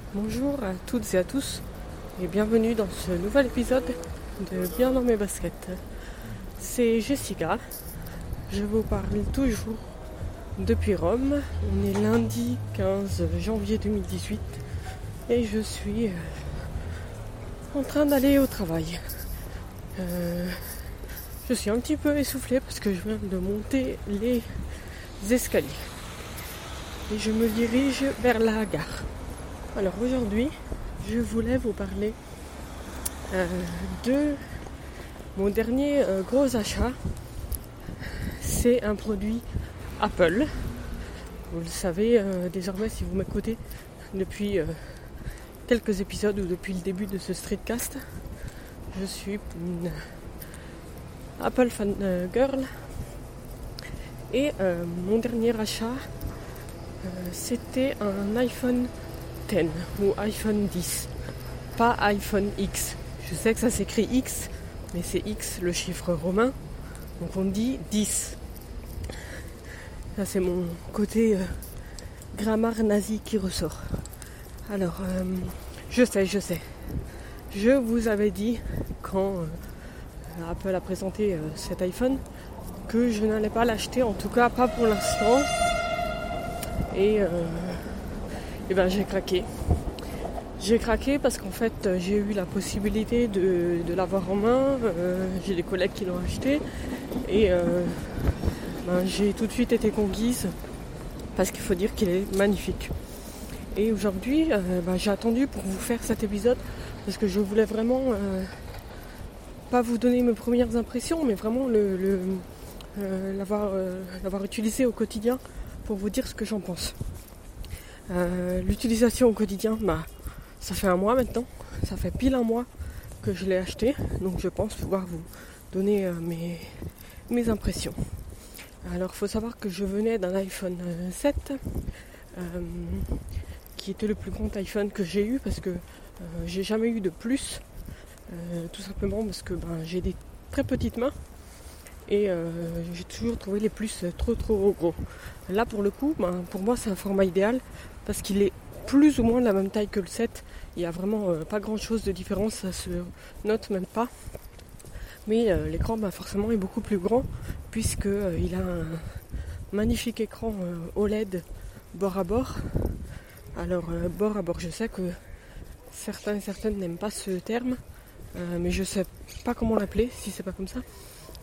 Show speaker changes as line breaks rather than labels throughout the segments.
Bonjour à toutes et à tous et bienvenue dans ce nouvel épisode de Bien dans mes baskets. C'est Jessica, je vous parle toujours depuis Rome. On est lundi 15 janvier 2018 et je suis en train d'aller au travail. Je suis un petit peu essoufflée parce que je viens de monter les escaliers et je me dirige vers la gare. Alors aujourd'hui, je voulais vous parler de mon dernier gros achat. C'est un produit Apple. Vous le savez désormais si vous m'écoutez depuis quelques épisodes ou depuis le début de ce streetcast. Je suis une Apple fan girl. Et mon dernier achat, c'était un iPhone 10 ou iPhone 10, pas iPhone X. Je sais que ça s'écrit X, mais c'est X le chiffre romain, donc on dit 10. Ça c'est mon côté grammaire nazi qui ressort. Alors, je sais. Je vous avais dit quand Apple a présenté cet iPhone que je n'allais pas l'acheter, en tout cas pas pour l'instant. Et ben j'ai craqué. J'ai craqué parce qu'en fait j'ai eu la possibilité de l'avoir en main. J'ai des collègues qui l'ont acheté et j'ai tout de suite été conquise parce qu'il faut dire qu'il est magnifique. Et aujourd'hui j'ai attendu pour vous faire cet épisode parce que je voulais vraiment pas vous donner mes premières impressions, mais vraiment l'avoir utilisé au quotidien pour vous dire ce que j'en pense. L'utilisation au quotidien, ça fait un mois maintenant, ça fait pile un mois que je l'ai acheté, donc je pense pouvoir vous donner mes impressions. Alors il faut savoir que je venais d'un iPhone 7 qui était le plus grand iPhone que j'ai eu parce que j'ai jamais eu de plus, tout simplement parce que j'ai des très petites mains et j'ai toujours trouvé les plus trop gros. Là pour le coup, pour moi c'est un format idéal parce qu'il est plus ou moins de la même taille que le 7. Il n'y a vraiment pas grand chose de différence, ça se note même pas. Mais l'écran forcément est beaucoup plus grand puisqu'il a un magnifique écran OLED bord à bord. Alors bord à bord, je sais que certains et certaines n'aiment pas ce terme, mais je sais pas comment l'appeler si c'est pas comme ça.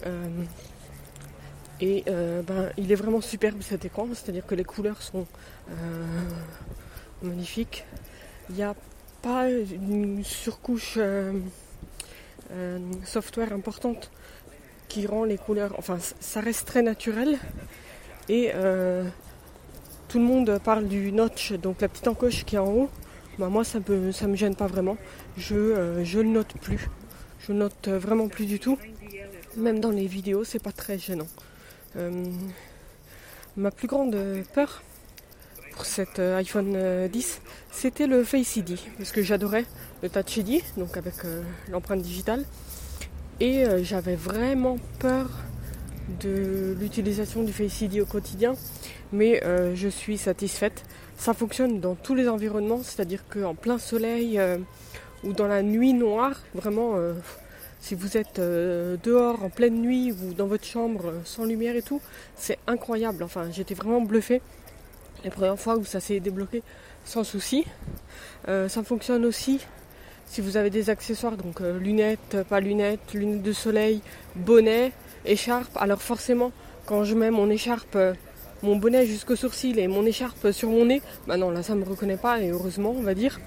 Il est vraiment superbe cet écran, c'est-à-dire que les couleurs sont magnifiques. Il n'y a pas une surcouche software importante qui rend les couleurs, enfin ça reste très naturel et tout le monde parle du notch, donc la petite encoche qui est en haut. Moi ça me gêne pas vraiment, je le note plus, je note vraiment plus du tout. Même dans les vidéos, c'est pas très gênant. Ma plus grande peur pour cet iPhone 10, c'était le Face ID, parce que j'adorais le Touch ID, donc avec l'empreinte digitale. Et j'avais vraiment peur de l'utilisation du Face ID au quotidien, mais je suis satisfaite. Ça fonctionne dans tous les environnements, c'est-à-dire qu'en plein soleil ou dans la nuit noire, vraiment... si vous êtes dehors en pleine nuit ou dans votre chambre sans lumière et tout, c'est incroyable. Enfin, j'étais vraiment bluffée les premières fois où ça s'est débloqué sans souci. Ça fonctionne aussi si vous avez des accessoires, donc lunettes, pas lunettes, lunettes de soleil, bonnet, écharpe. Alors forcément, quand je mets mon écharpe, mon bonnet jusqu'aux sourcils et mon écharpe sur mon nez, non, là ça me reconnaît pas et heureusement, on va dire.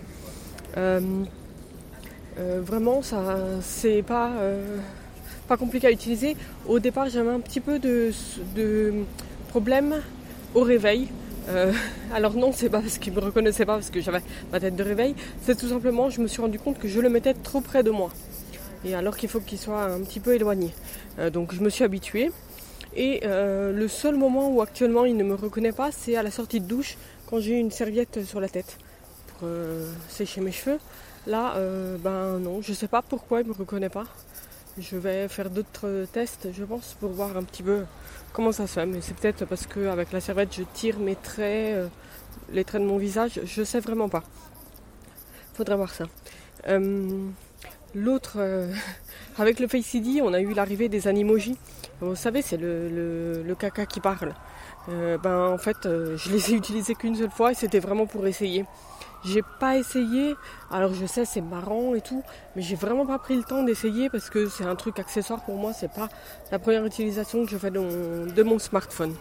Vraiment, ça c'est pas compliqué à utiliser. Au départ, j'avais un petit peu de problème au réveil. Alors non, c'est pas parce qu'il me reconnaissait pas parce que j'avais ma tête de réveil. C'est tout simplement, je me suis rendu compte que je le mettais trop près de moi. Et alors qu'il faut qu'il soit un petit peu éloigné. Donc je me suis habituée. Et le seul moment où actuellement il ne me reconnaît pas, c'est à la sortie de douche quand j'ai une serviette sur la tête pour sécher mes cheveux. Là, non, je sais pas pourquoi il me reconnaît pas. Je vais faire d'autres tests, je pense, pour voir un petit peu comment ça se fait. Mais c'est peut-être parce qu'avec la serviette, je tire mes traits, les traits de mon visage. Je sais vraiment pas. Faudrait voir ça. L'autre, avec le Face ID, on a eu l'arrivée des animojis. Vous savez, c'est le caca qui parle. En fait, je les ai utilisés qu'une seule fois et c'était vraiment pour essayer. J'ai pas essayé, alors je sais c'est marrant et tout, mais j'ai vraiment pas pris le temps d'essayer parce que c'est un truc accessoire pour moi, c'est pas la première utilisation que je fais de mon smartphone.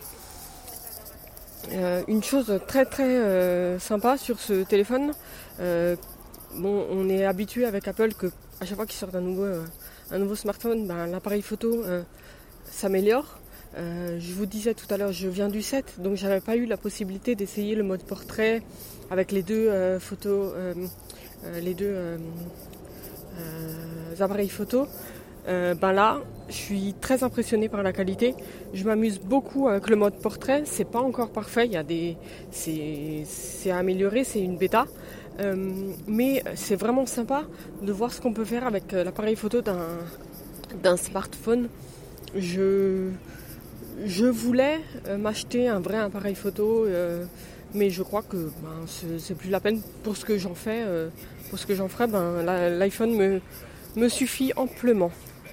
Une chose très très sympa sur ce téléphone, on est habitué avec Apple que à chaque fois qu'ils sortent un nouveau smartphone, l'appareil photo s'améliore. Je vous disais tout à l'heure, je viens du 7, donc j'avais pas eu la possibilité d'essayer le mode portrait avec les deux appareils photo. Là, je suis très impressionnée par la qualité. Je m'amuse beaucoup avec le mode portrait. C'est pas encore parfait, c'est à améliorer, c'est une bêta. Mais c'est vraiment sympa de voir ce qu'on peut faire avec l'appareil photo d'un smartphone. Je voulais m'acheter un vrai appareil photo, mais je crois que c'est plus la peine pour ce que j'en fais. Pour ce que j'en ferai, l'iPhone me suffit amplement.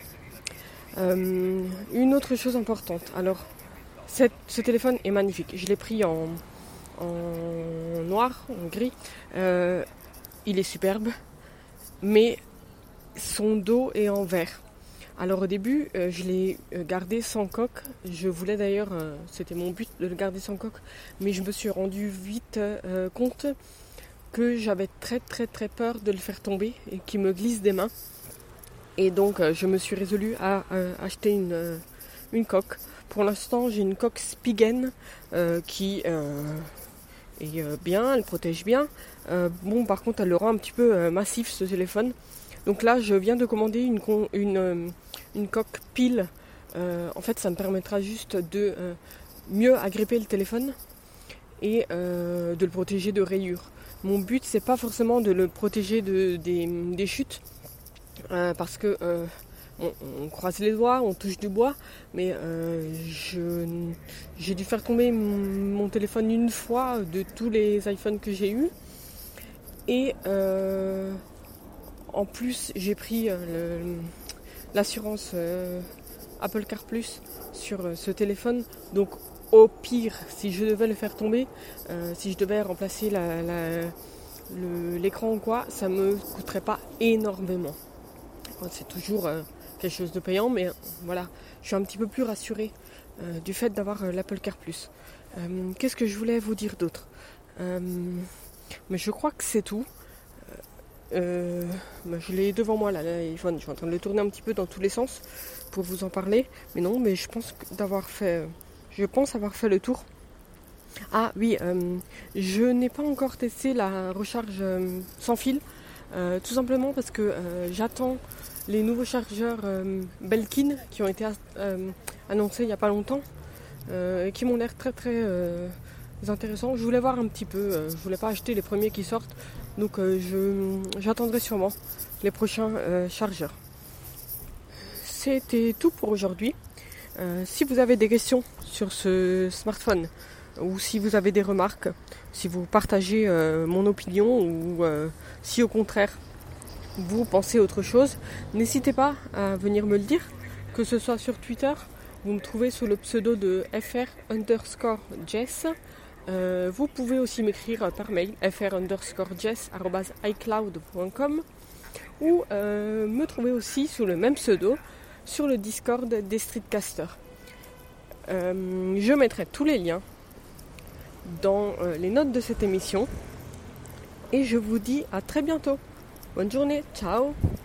Une autre chose importante. Alors, ce téléphone est magnifique. Je l'ai pris en noir, en gris. Il est superbe, mais son dos est en vert. Alors au début, je l'ai gardé sans coque. Je voulais d'ailleurs, c'était mon but de le garder sans coque, mais je me suis rendu vite compte que j'avais très très très peur de le faire tomber et qu'il me glisse des mains. Et donc je me suis résolue à acheter une coque. Pour l'instant, j'ai une coque Spigen qui est bien, elle protège bien. Par contre, elle le rend un petit peu massif ce téléphone. Donc là, je viens de commander une coque pile. En fait, ça me permettra juste de mieux agripper le téléphone et de le protéger de rayures. Mon but, c'est pas forcément de le protéger des chutes, parce que on croise les doigts, on touche du bois, mais j'ai dû faire tomber mon téléphone une fois de tous les iPhones que j'ai eus. Et en plus, j'ai pris l'assurance Apple Car Plus sur ce téléphone. Donc au pire, si je devais le faire tomber, si je devais remplacer l'écran ou quoi, ça me coûterait pas énormément. C'est toujours quelque chose de payant, mais voilà, je suis un petit peu plus rassurée du fait d'avoir l'Apple Car Plus. Qu'est-ce que je voulais vous dire d'autre ? Mais je crois que c'est tout. Je l'ai devant moi là, l'iPhone. Je suis en train de le tourner un petit peu dans tous les sens pour vous en parler. Mais non, mais je pense avoir fait le tour. Ah oui, je n'ai pas encore testé la recharge sans fil. Tout simplement parce que j'attends les nouveaux chargeurs Belkin qui ont été annoncés il n'y a pas longtemps et qui m'ont l'air très très intéressants. Je voulais voir un petit peu, je voulais pas acheter les premiers qui sortent, donc j'attendrai sûrement les prochains chargeurs. C'était tout pour aujourd'hui. Si vous avez des questions sur ce smartphone ou si vous avez des remarques, si vous partagez mon opinion ou si au contraire vous pensez autre chose, n'hésitez pas à venir me le dire, que ce soit sur Twitter, vous me trouvez sous le pseudo de fr_jess. Vous pouvez aussi m'écrire par mail fr_jess@icloud.com ou me trouver aussi sous le même pseudo sur le Discord des Streetcasters. Je mettrai tous les liens dans les notes de cette émission et je vous dis à très bientôt. Bonne journée, ciao.